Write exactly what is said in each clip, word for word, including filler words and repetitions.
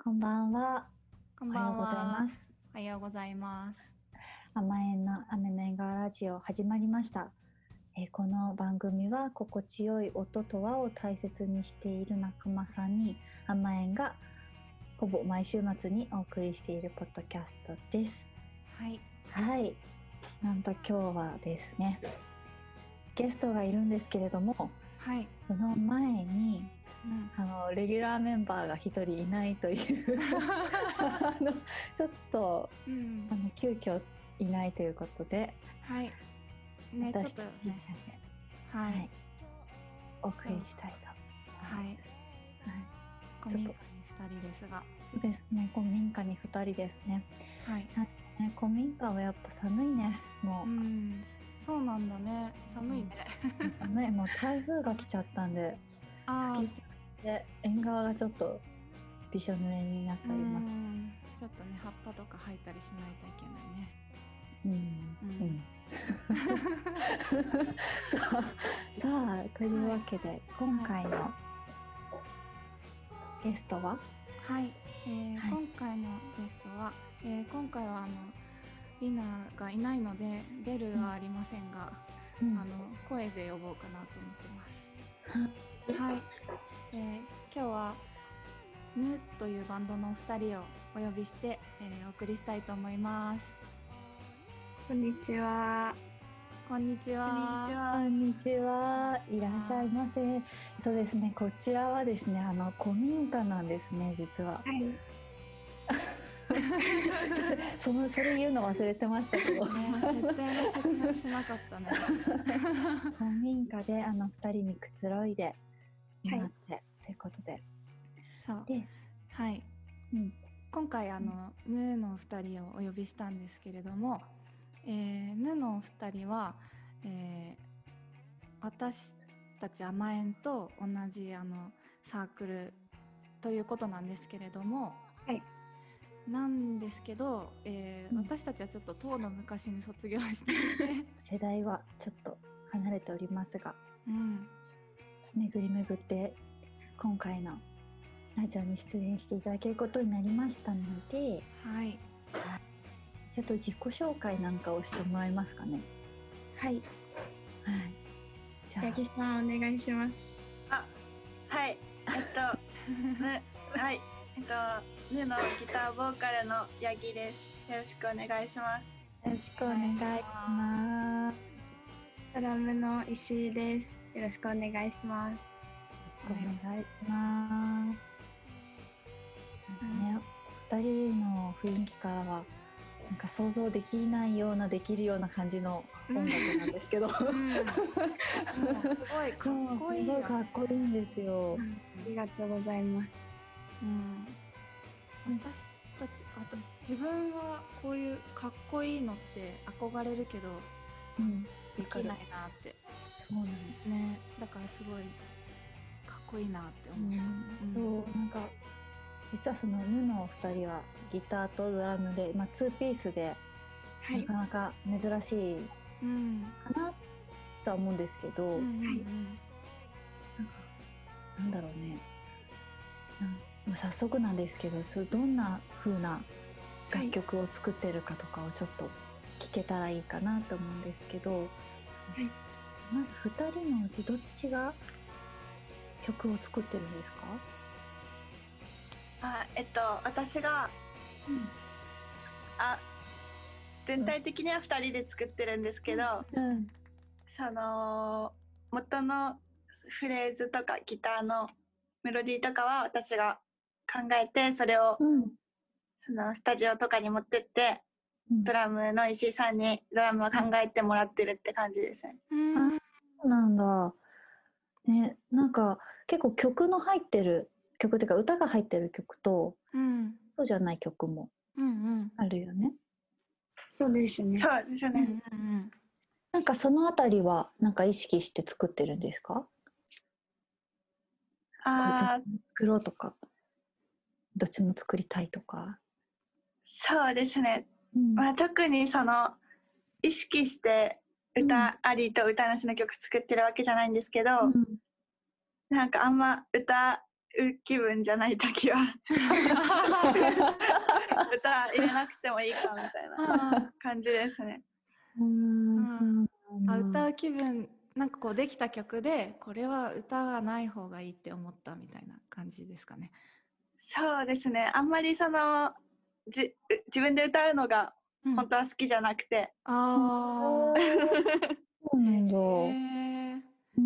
こんばんは。 こんばんは。 おはようございます。 おはようございます。 甘えんの雨の縁側ラジオ始まりました。えーこの番組は心地よい音と和を大切にしている仲間さんに甘えんがほぼ毎週末にお送りしているポッドキャストです。 はい。 はい。なんと今日はですね、ゲストがいるんですけれども、 はい。 その前にうん。 あのレギュラーメンバーが一人いないというあのちょっとうんあ。の急遽いないということで、 はい。ね、ちょっと私たちで、 ね。ははいい。 お送りしたいとはい。 思います。はい古民家に二人ですが。 そうですね、古民家にふたりですね。 はい。 ね、古民家はやっぱ寒いね。もうう、 ん。そうなんだね。寒いね。 寒い。もう台風が来ちゃったんで、 あ吹きで縁側がちょっとびしょ濡れになってあ。うおります。 ん。ちょっとね、葉っぱとか生えたりしないといけないね。 うん。 ううんん。さあ、さあというわけで、今回のゲストは、 はい。えーはい今回のゲストは、えー今回はあのリナがいないのでベルはありませんが、 うんあの声で呼ぼうかなと思ってます。はい。えー今日はヌというバンドのお二人をお呼びして、えーお送りしたいと思います。 こんにちは。 こんにちは。 こんにちは。いらっしゃいませ。えっとですね、こちらはですね、あの古民家なんですね、実は。 はい。 そのそれ言うの忘れてましたけど。 ね、設定の説明しなかったね。 古民家であの二人にくつろいでもらって、ということで。 そう。 で、 はい。 うん、 今回あのヌのお二人をお呼びしたんですけれども、えー、ヌのお二人は、えー、私たち甘えんと同じあのサークルということなんですけれども、 はい。 なんですけど、えーうん私たちはちょっととうの昔に卒業していて、 世代はちょっと離れておりますが、 うん、 巡り巡って今回のラジオに出演していただけることになりましたので、 はい、 ちょっと自己紹介なんかをしてもらえますかね。 はい。 はい。じゃあ八木さんお願いします。 あ、はい。えっと、ね、はい。えっと、ヌのギターボーカルの八木です。よろしくお願いします。 よろしくお願いします。よドラムの石井です。よろしくお願いします。 ろしくお願いします。ね、お二人の雰囲気からはなんか想像できないようなできるような感じの音楽なんですけど、 うん、もうすごいかっこいいよね。 すごいかっこいいんですよ。 ありがとうございます。 うん、私たちあと自分はこういうかっこいいのって憧れるけどうん、 できないなってそうなの。 ね、だからすごいかっこいいなってう思う、 ん、そうなんか実はそのヌのお二人はギターとドラムで、まあ、ツーピースではいなか。なか珍しいうんかなとは思うんですけど、 うんうんなんかなんだろうね、なんもう早速なんですけど、そうどんな風な楽曲を作ってるかとかをちょっと聞けたらいいかなと思うんですけど、 いまずふたりのうちどっちが曲を作ってるんですか？ あ、えっと、私が、 うんあ、全体的にはふたりで作ってるんですけど、 うんその、元のフレーズとかギターのメロディーとかは私が考えて、それをうんそのスタジオとかに持ってって、 うんドラムの石井さんにドラムを考えてもらってるって感じですね。 うんあそうなんだ。ね、なんか結構曲の入ってる曲っていうか歌が入ってる曲とうんそうじゃない曲もうんうんあるよね。 そうですね。 そうですうんね。 うんなんかそのあたりはなんか意識して作ってるんですか？ あー、 作ろうとか、どっちも作りたいとか。 そうですね。 うんまあ、特にその意識して歌ありと歌なしの曲作ってるわけじゃないんですけど、 うんなんかあんま歌気分じゃない時は歌入れなくてもいいかみたいな感じですね。 うーんあ、歌う気分、なんかこうできた曲でこれは歌がない方がいいって思ったみたいな感じですかね。 そうですね、あんまりそのじ自分で歌うのが本当は好きじゃなくて、 うん、ああそうなんだ。 へーうん。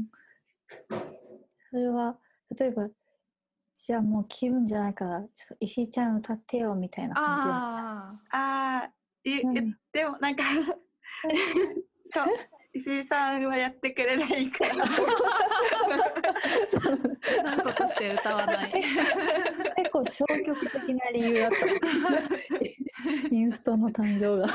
それは例えばじゃあもう気分じゃないからちょっと石井ちゃん歌ってよみたいな感じで。 あああ言うんってもなんかそう石井さんはやってくれないから断固として歌わない結構消極的な理由だったインストの誕生が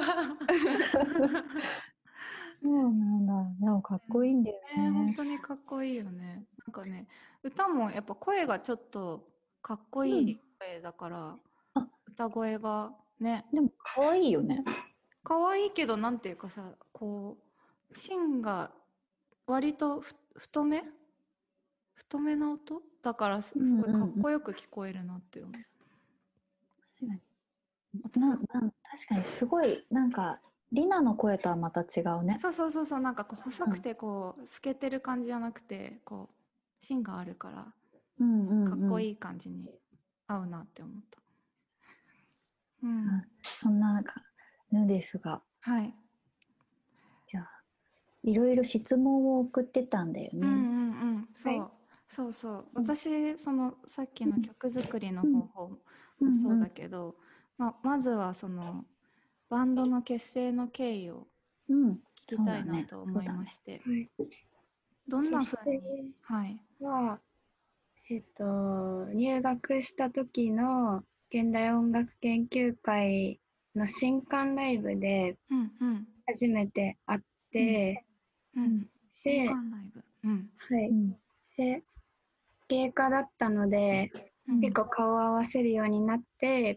そうなんだ。でもかっこいいんだよね、本ね。 当にかっこいいよね。なんかね、歌もやっぱ声がちょっとかっこいい声だから、 うん、あ、 歌声がね、 でも可愛いよね。 可愛いけどなんていうかさ、こう芯が割とふ太め太めな音だからすすごいかっこよく聞こえるなって思う。 確かに。な、なん確かにすごいなんかリナの声とはまた違うね。 そうそうそうそう、なんかこう細くてこう透けてる感じじゃなくてこう芯があるから、 うんうんうん、 かっこいい感じに合うなって思った。うん、 そんなかのですが、 はい。 じゃあいろいろ質問を送ってたんだよね。 うんうんうん、そう、 はい、 そうそう。 うん、 私そのさっきの曲作りの方法もうんそうだけど、まあ、まずはそのバンドの結成の経緯をうん、 聞きたいなと思いまして、 はい、 どんな結風に、はい、 成は、えっと、入学した時の現代音楽研究会の新刊ライブでうんうん初めて会って、 うん、 うん新刊ライブ、うんはい、 うん、 で芸家だったので、 うん結構顔を合わせるようになって、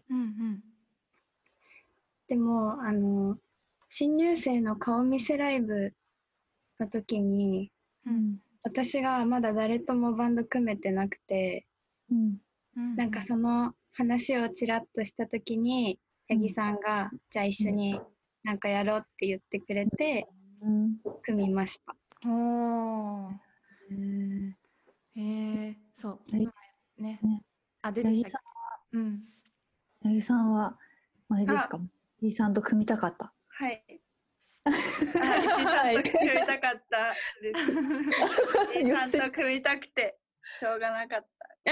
うんうんでもあの新入生の顔見せライブの時にうん私がまだ誰ともバンド組めてなくて、 うんうん、 なんかその話をちらっとした時に八木さんが、じゃあ一緒になんかやろうって言ってくれてうん組みました。 おー、 うんへえ、そう、 はいね、 ね、 あ、出てきた。 八木さうんん、八木さんはあれですか？ あ八木さんと組みたかった。 はいあ石井さんと組みたかったです石井さんと組みたくてしょうがなか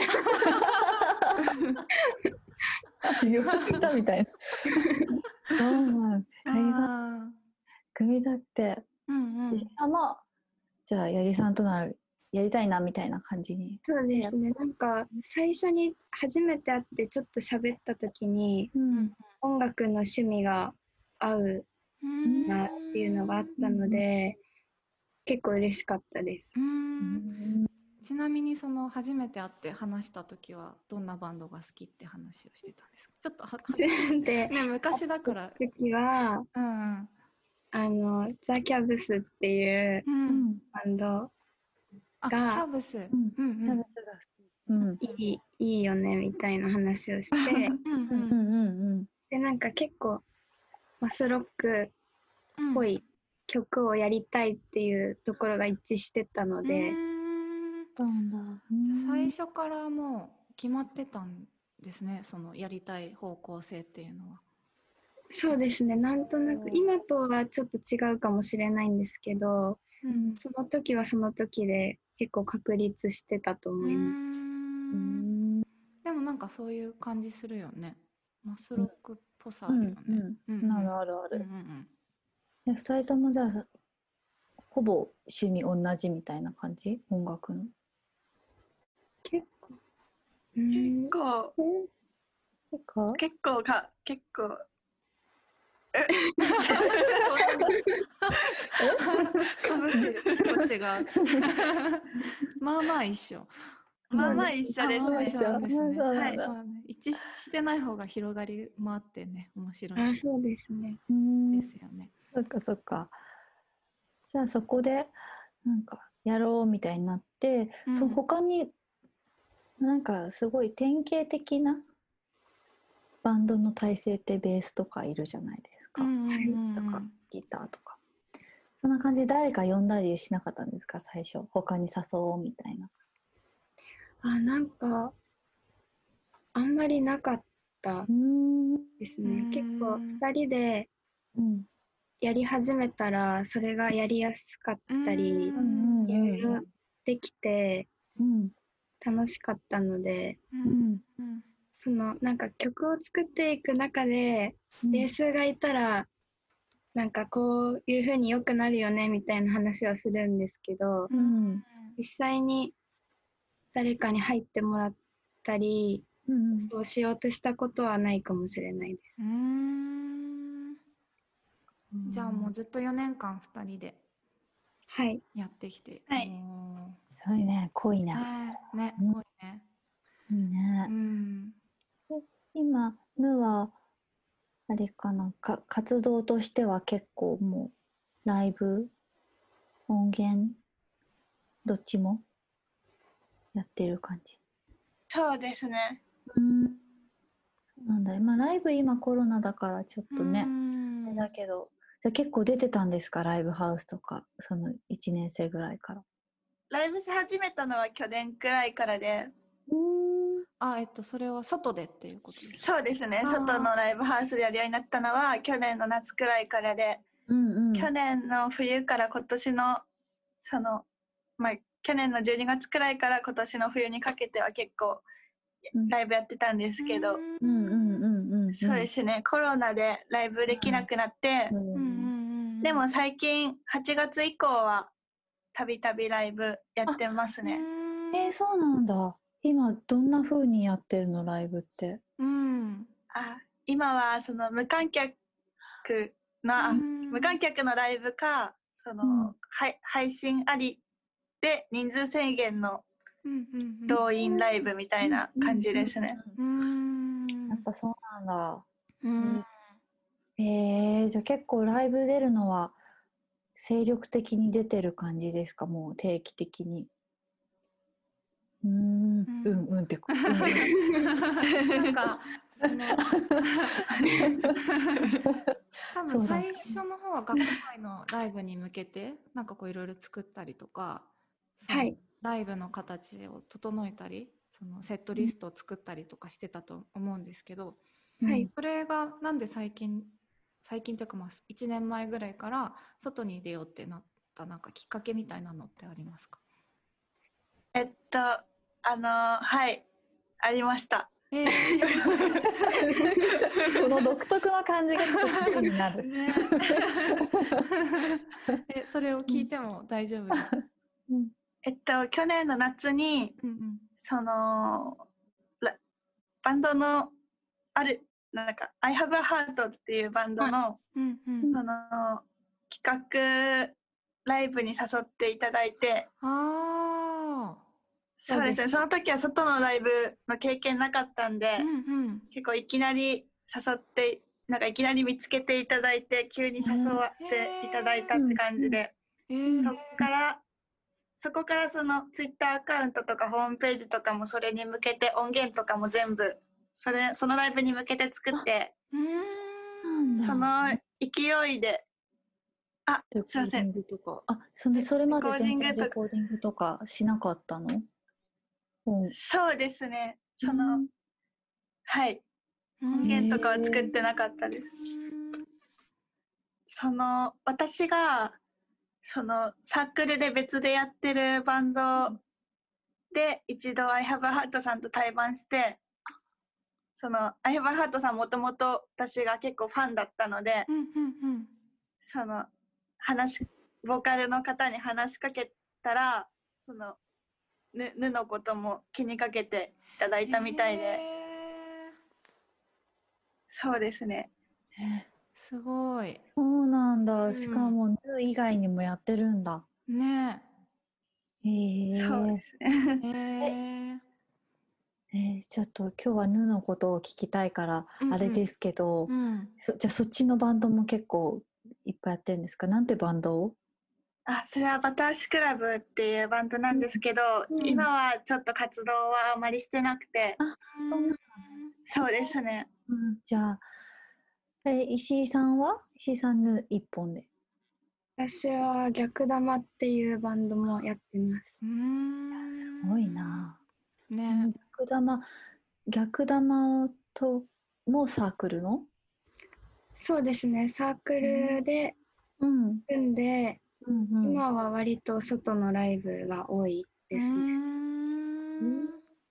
った言わせたみたいな。そうなん。八木さんあ組みたくて、 ーうんう八木んさんもじゃあ八木さんとならやりたいなみたいな感じに。 そうですね、なんか最初に初めて会ってちょっと喋った時にうん音楽の趣味が合ううんなっていうのがあったので、結構嬉しかったです。 ううんんちなみにその初めて会って話した時はどんなバンドが好きって話をしてたんですか？ちょっとははで、 ね、昔だから。 時はうんあのザ・キャブスっていううん、 ううん、 んバンドあ、キがャブス、ううんんうんキャベツが好き。うんいいいいよねみたいな話をしてうんうんうんうんうんでなんか結構マスロックうんっぽい曲をやりたいっていうところが一致してたのうで、 ーん、 そうなんだ。 じゃあ最初からもう決まってたんですね、そのやりたい方向性っていうのは。 そうですね、なんとなく今とはちょっと違うかもしれないんですけど、 うんその時はその時で結構確立してたとう思います。 うーんん、でもなんかそういう感じするよね。マスロックっぽさあうんるよね。 うん。あるあるあうんうる。 んで二人ともじゃあほぼ趣味同じみたいな感じ？音楽の。 結構うーん結構結構結構か結構かぶってる。結構違う。まあまあ一緒。 まあまあ一緒ですあまあね一緒なんですね。 そうなんだ。 まあね、一致してない方が広がりもあってね、面白いあ、そうですね。 うーんですよね。 そっかそっか。じゃあそこでなんかやろうみたいになって、 うんそう他になんかすごい典型的なバンドの体制ってベースとかいるじゃないですか。 うんうんとかうんギターとか。そんな感じで誰か呼んだりしなかったんですか最初。他に誘おうみたいな。 あ、なんか、あんまりなかったうーん。 ですね。 うん結構、二人でうん。 やり始めたら、それがやりやすかったりう、んいろいろできてうん。 楽しかったので、 ううんん。 うんその、なんか曲を作っていく中で、 うん。 ベースがいたら、なんかこういう風に良くなるよねみたいな話はするんですけど、 うん。 実際に誰かに入ってもらったり、 うん。 そうしようとしたことはないかもしれないです。 うーんじゃあもうずっとよねんかんふたりではい。 やってきて、 はいもすごいね、濃いうね。 ねねうん濃いねいいねう。ん今、ヌは、あれかなか、活動としては結構もう、ライブ、音源、どっちもやってる感じ。 そうですね。 うん。そうなんだ。まあ、ライブ今コロナだからちょっとね、あれだけど、じゃあ結構出てたんですかライブハウスとか、そのいちねん生ぐらいから。 ライブし始めたのは去年くらいからで、 うん。 あえっとそれは外でっていうことですかそうですね。 あー外のライブハウスでやるようになったのは去年の夏くらいからで、 うんうん。 去年の冬から今年のそのまあ去年のじゅうにがつくらいから今年の冬にかけては結構うんライブやってたんですけど、 うんうんうんうん。 そうですね。コロナでライブできなくなって、 そうだようんうんね。 うんでも最近はちがつ以降はたびたびライブやってますね。 えー、そうなんだ。今、どんな風にやってるのライブって。 うんあ、今はその無観客の、あうん無観客のライブか、その、 うんはい配信ありで人数制限のうんうん動員ライブみたいな感じですね。 ううんんやっぱそうなんだ。 うんえー、じゃあ結構ライブ出るのは精力的に出てる感じですかもう定期的に。うーん、うんうんってこ。うんなんかその多分そうだ最初の方は学校内のライブに向けてなんかこういろいろ作ったりとか、そのはいライブの形を整えたり、そのセットリストを作ったりとかしてたと思うんですけど、 はい。 それがなんで最近最近というかまあいちねんまえぐらいから外に出ようってなったなんかきっかけみたいなのってありますか？ えっと、あの、はい、ありました。 えーこの独特な感じがちょっと好きになる。 ねえそれを聞いても大丈夫ですか？ うんえっと、去年の夏に、 うんうんその、ラバンドの、ある、なんか、I Have a Heart っていうバンドの、 うんうんその、企画ライブに誘っていただいて、 ああそうですね、その時は外のライブの経験なかったんで、 うんうん結構いきなり誘ってなんかいきなり見つけていただいて急に誘わっていただいたって感じで、 えーそっからそこからそのツイッターアカウントとかホームページとかもそれに向けて音源とかも全部それそのライブに向けて作ってうーんその勢いであレコすいませんーディングとか。あ、それそれまで全然レコレコーディングとかしなかったの？うん。 そうですねその、 うんはい音源とかは作ってなかったです。その私がそのサークルで別でやってるバンドで一度 I Have a Heart さんと対バンしてその I Have a Heart さんもともと私が結構ファンだったのでうんうんうんその話ボーカルの方に話しかけたらそのぬぬのことも気にかけていただいたみたいで、 へそうですねーすごいそうなんだ。 うんしかも、ヌー以外にもやってるんだ。 ねへえそうですねえへーえーちょっと今日はヌーのことを聞きたいから、 うんうんあれですけど、 うんそじゃあそっちのバンドも結構いっぱいやってるんですか？なんてバンド？ あ、それはバターシクラブっていうバンドなんですけど、 うん今はちょっと活動はあまりしてなくて、 あ、そんな。 そうですね。 うん、じゃあ、え、石井さんは石井さんの一本で。 私は逆玉っていうバンドもやってます。 うーんすごいな。 ね。 逆玉、逆玉ともサークルの？ そうですね、サークルでうん。 組んで、 うんうん。 今は割と外のライブが多いですね。 うーん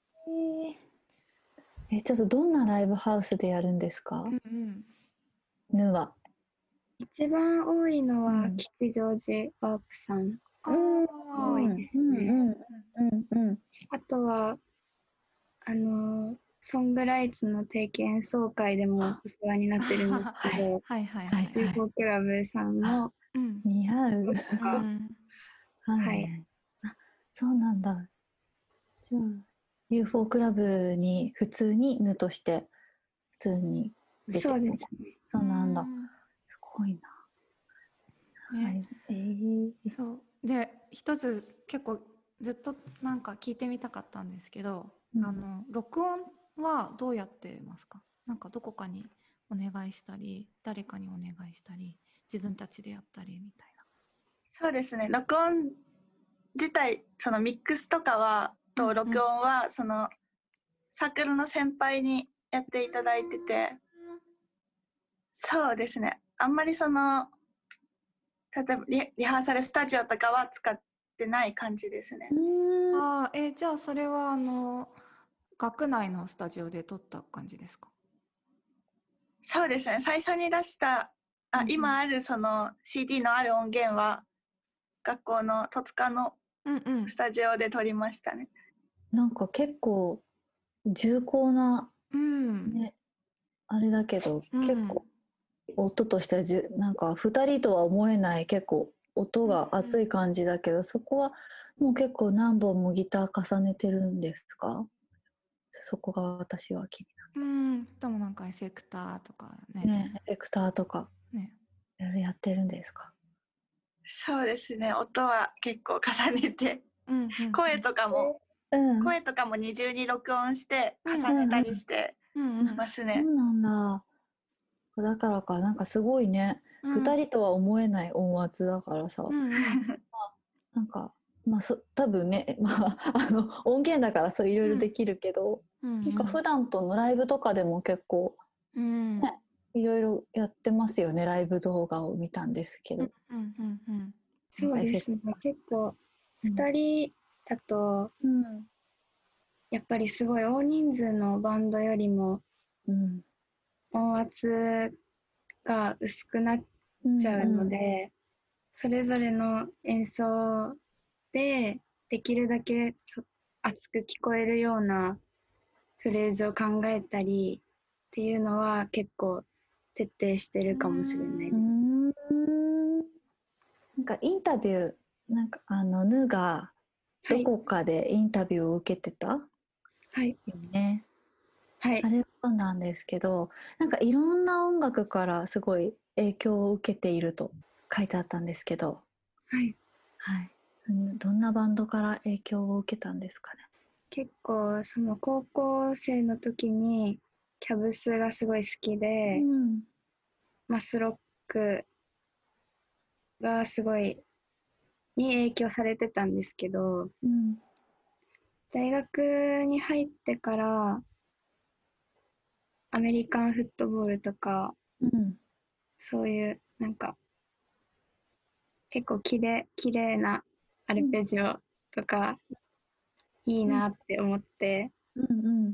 えーえ、ちょっとどんなライブハウスでやるんですか？ うんうんヌは。 一番多いのはうん吉祥寺ワープさん。 あうん多いーですね。 うんうんうんうんあとは、あの、ソングライツの定期演奏会でもお世話になってるんですけど、 はいはいはいユーフォー クラブさんも、 うん似合う。 とうか、 んはいはい。あ、そうなんだ。じゃあ、ユーフォー クラブに普通にヌとして普通に出てそうですね。 そうなんだ。すごいな。はねい。えー、 そうで一つ結構ずっとなんか聞いてみたかったんですけど、 うんあの録音はどうやってますか？なんかどこかにお願いしたり誰かにお願いしたり自分たちでやったりみたいそうですね。録音自体、そのミックスとかは、と録音は、そのサークルの先輩にやっていただいてて、そうですね。あんまりその、例えばリリハーサルスタジオとかは使ってない感じですね。 な。あーえじゃあそれはあの学内のスタジオで撮った感じですか？ そうですね。最初に出した、あ、 うんうん今あるその シーディー のある音源は、学校の戸塚のうんうんスタジオで撮りましたね。 なんか結構重厚な、 うんね、あれだけど、 うん結構音としてはじゅなんかふたりとは思えない結構音が熱い感じだけど、そこはもう結構何本もギター重ねてるんですか？そこが私は気にうんしかもなんかエフェクターとかねなる。ね、エフェクターとかねいろいろやってるんですか？ そうですね。音は結構重ねて、 うんうん声とかも、 うん。 声とかも二重に録音して重ねたりしてうんうんますね。 そうなんだ。だからか、なんかすごいね、 うんふたりとは思えない音圧だからさ、 うんうんなんか、まあ、そ多分ね、まあ、あの音源だからそういろいろできるけど、 うんなんか普段とのライブとかでも結構うんねいろいろやってますよね。ライブ動画を見たんですけど。 うんうんうんそうですね。結構、 うんふたりだと、 うんやっぱりすごい大人数のバンドよりもうん音圧が薄くなっうんちゃうので、それぞれの演奏でできるだけそ熱く聞こえるようなフレーズを考えたりっていうのは結構徹底してるかもしれないです。 うん、なんかインタビュー、なんかあのヌがどこかでインタビューを受けてたはい。 よね。 はいあ。れはそうなんですけど、なんかいろんな音楽からすごい影響を受けていると書いてあったんですけど、 はい。 はい、うんどんなバンドから影響を受けたんですかね。 結構その高校生の時にキャブスがすごい好きで、 うんマスロックがすごいに影響されてたんですけど、 うん大学に入ってからアメリカンフットボールとかうんそういうなんか結構きれきれいなアルペジオとかいいなって思って、 うんうん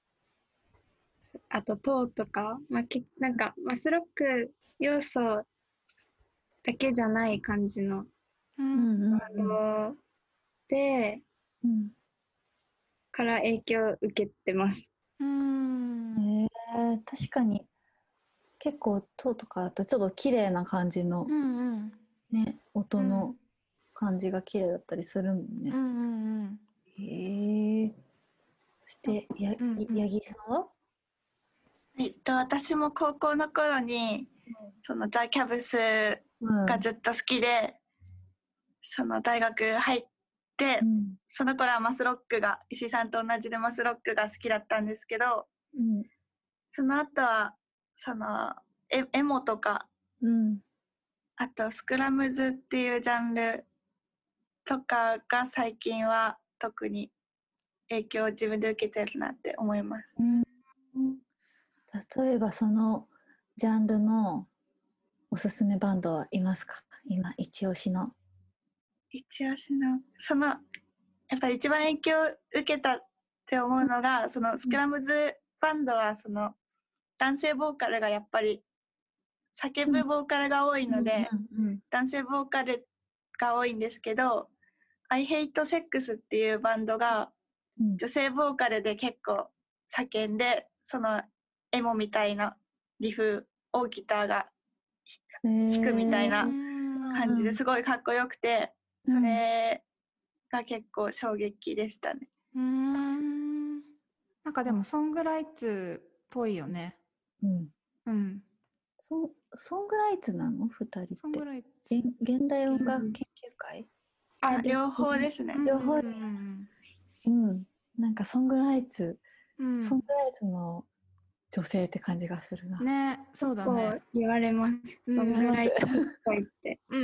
あとトーとか、まあ、けなんかマスロック要素だけじゃない感じのうんうんうんバンドでうんから影響を受けてます。 うんえー、確かに結構塔とかだとちょっと綺麗な感じの、 うんね、音の感じが綺麗だったりするもんね。 うんうんへえ。そしてや、 うんうん八木さんは？ えっと、私も高校の頃にそのザ・キャブスうんがずっと好きで、 その大学入って、 うん、 その頃はマスロックが石井さんと同じでマスロックが好きだったんですけど、 うん、 その後はそのエエモとか、 うん、 あとスクラムズっていうジャンルとかが最近は特に影響を自分で受けてるなって思います。 うん。例えばそのジャンルのおすすめバンドはいますか？今一押しの。 一押しのそのやっぱり一番影響を受けたって思うのが、そのスクラムズバンドはその男性ボーカルがやっぱり叫ぶボーカルが多いので、 うんうん男性ボーカルが多いんですけど、I Hate Sex っていうバンドがうん女性ボーカルで結構叫んで、そのエモみたいなリフをギターが弾くみたいな感じですごいかっこよくて、それが結構衝撃でしたね。 うーん。なんかでもソングライツっぽいよね。 うんうん。 ソソングライツなの二人って？ ソングライツ。 現現代音楽研究会？ あ、両方ですね。 両方でうんうんなんかソングライツ、 うんソングライツの女性って感じがするな。 ね、そうだね。 こう言われます。 うんそんぐらいと言って。 うん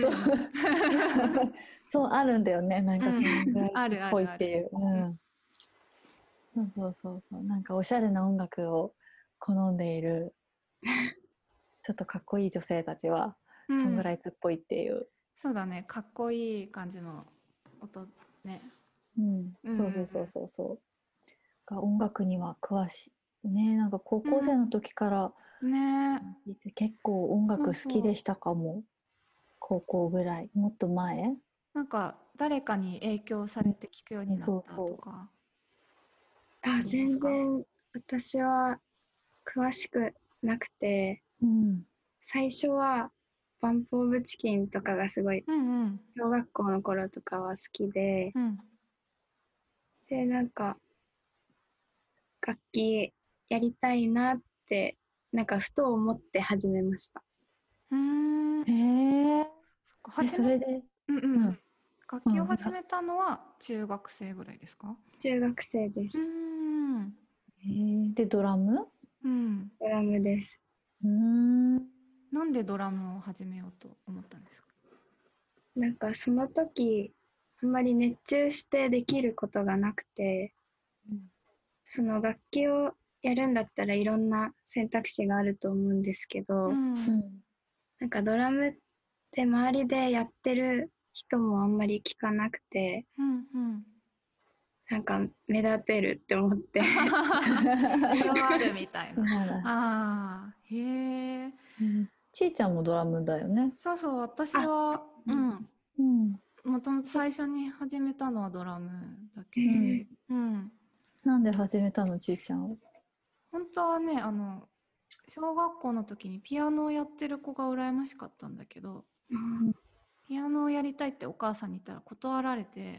そうあるんだよね、なんかうんソングライあツっぽいるあるある。 っていう。うんそうそうそうそう、なんかおしゃれな音楽を好んでいるちょっとかっこいい女性たちはうソングんライツっぽいっていう。 そうだね、かっこいい感じの音ね。 うんうんうんそうそうそうそうそうが音楽には詳しいね。なんか高校生の時からね。 聞いて結構音楽好きでしたかも。高校ぐらい、もっと前。 なんか誰かに影響されて聞くようになったとか。 あ、全然私は詳しくなくて、 うん最初はバンプ・オブ・チキンとかがすごいうんうん小学校の頃とかは好きで、 うんでなんか楽器やりたいなってなんかふと思って始めました。 うーん。 へえそっかえそれでうんううんん楽器を始めたのは中学生ぐらいですか？ 中学生でうーす。 ん。 へえでドラムうん。 ドラムです。 うーんなんでドラムを始めようと思ったんですか？ なんかその時あんまり熱中してできることがなくて、その楽器をやるんだったらいろんな選択肢があると思うんですけど、 うんなんかドラムって周りでやってる人もあんまり聞かなくて、 うんうんなんか目立てるって思って需要あるみたいな。 そうだああ、へえ。 うんちーちゃんもドラムだよね。 そうそう、私は、うん、 うんもともと最初に始めたのはドラムだけど、 うんうん、 なんで始めたのちーちゃんは。 本当はね、あの、小学校の時にピアノをやってる子が羨ましかったんだけど、ピアノをやりたいってお母さんに言ったら断られて、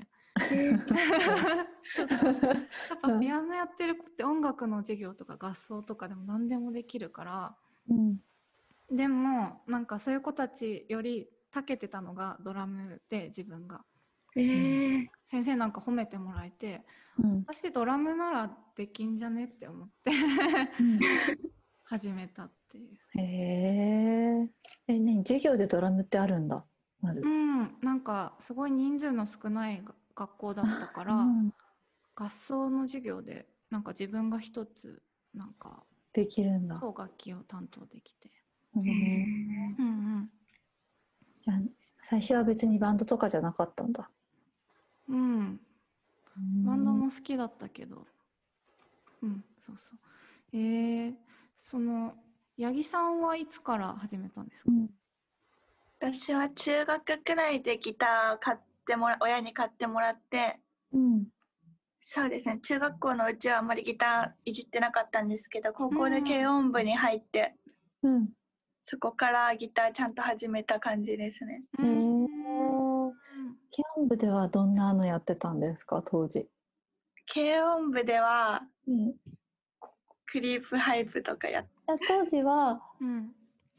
そうそうやっぱピアノやってる子って音楽の授業とか合奏とかでも何でもできるから、 うんでもなんかそういう子たちより長けてたのがドラムで自分がえー、 先生なんか褒めてもらえて、 うん私ドラムならできんじゃねって思ってうん始めたっていう。 へええね授業でドラムってあるんだまず。 うんなんかすごい人数の少ないが学校だったから、 うん合奏の授業でなんか自分が一つなんかできるんだ。 そう楽器を担当できて、 うんうんうんじゃあ最初は別にバンドとかじゃなかったんだ。 うんバンドも好きだったけど、うんそうそうえー、その八木さんはいつから始めたんですか？ うん私は中学くらいでギター買ってもら親に買ってもらって、 うんそうですね、中学校のうちはあんまりギターいじってなかったんですけど、高校で軽音部に入って、 うんそこからギターちゃんと始めた感じですね。 へえ軽音部ではどんなのやってたんですか当時。 軽音部ではうんクリープハイプとかやっ当時はうん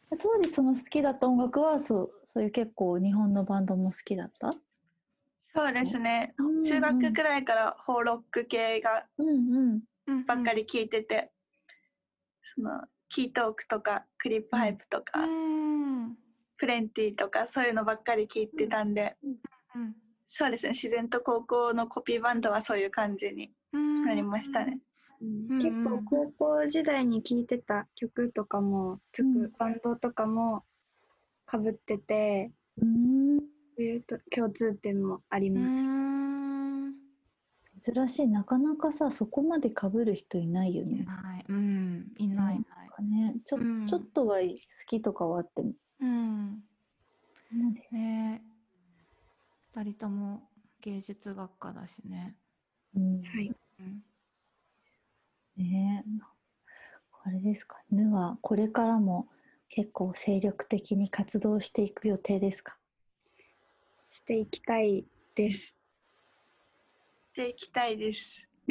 当時その好きだった音楽はそうそういう結構日本のバンドも好きだった？ そうですね、 うんうん、 中学くらいからホーロック系がうんうんばっかり聴いてて、そのキートークとかクリップハイプとか、 うんプレンティとかそういうのばっかり聴いてたんで、 うんそうですね、自然と高校のコピーバンドはそういう感じになりましたね。 うん結構高校時代に聴いてた曲とかも曲、 うんバンドとかもかぶってて、 うんそういうと共通点もありうます。 ん珍しい。なかなかさそこまで被る人いないよね。 はい、うん、いないいない。 なんかね、ちょ、 うんちょっとは好きとかはあっても。 うん。 なんでね、二人とも芸術学科だしね。 うんはい。 うん。 ねえ、あれですか。ヌはこれからも結構精力的に活動していく予定ですか？ していきたいです。 していきたいです。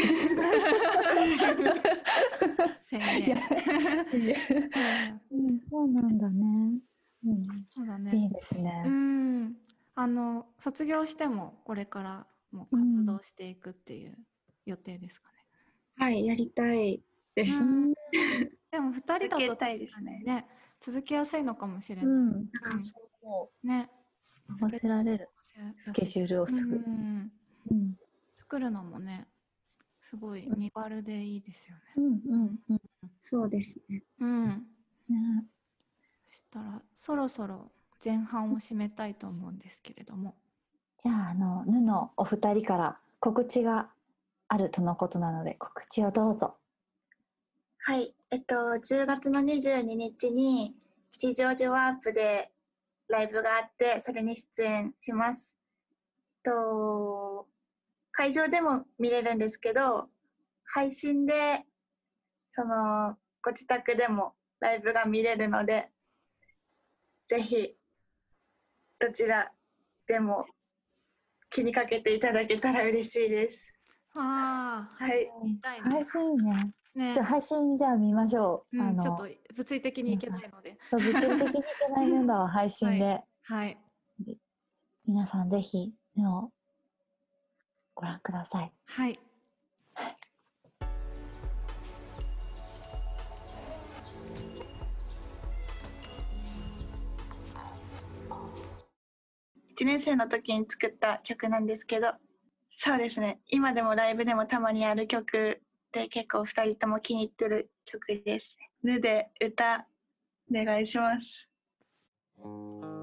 宣言。 うん、そうなんだね。うん、 そうだいね。 いですね。 うん。あの卒業してもこれからも活動していくっていう予定ですかね。 はい、やりたいです。 うんでも二人だ続けとたいで確かにすね。 ね、続けやすいのかもしれない。 うん、 うんそう思ね。 う。合わせられるスケジュールをすぐ。 うんうん、 作るのもね、すごい身軽でいいですよね。 うん、うん、うん。 そうですね。 うん。 ね、 そしたらそろそろ前半を締めたいと思うんですけれども。 じゃあ、あの、ヌのお二人から告知があるとのことなので、告知をどうぞ。 はい、えっと、じゅうがつのにじゅうににちに吉祥寺ワープでライブがあって、それに出演します。と会場でも見れるんですけど、配信でそのご自宅でもライブが見れるので、ぜひどちらでも気にかけていただけたら嬉しいです。 ああ、配信見たいね。 配信ね。 ねじゃあ配信じゃあ見ましょう。 うん、 あのちょっと物理的にいけないので。 そう物理的にいけないメンバーは配信で、 はい。 皆さんぜひヌをご覧ください。 はい。 いちねん生の時に作った曲なんですけど、そうですね、今でもライブでもたまにやる曲で、結構ふたりとも気に入ってる曲です。ヌで歌お願いします。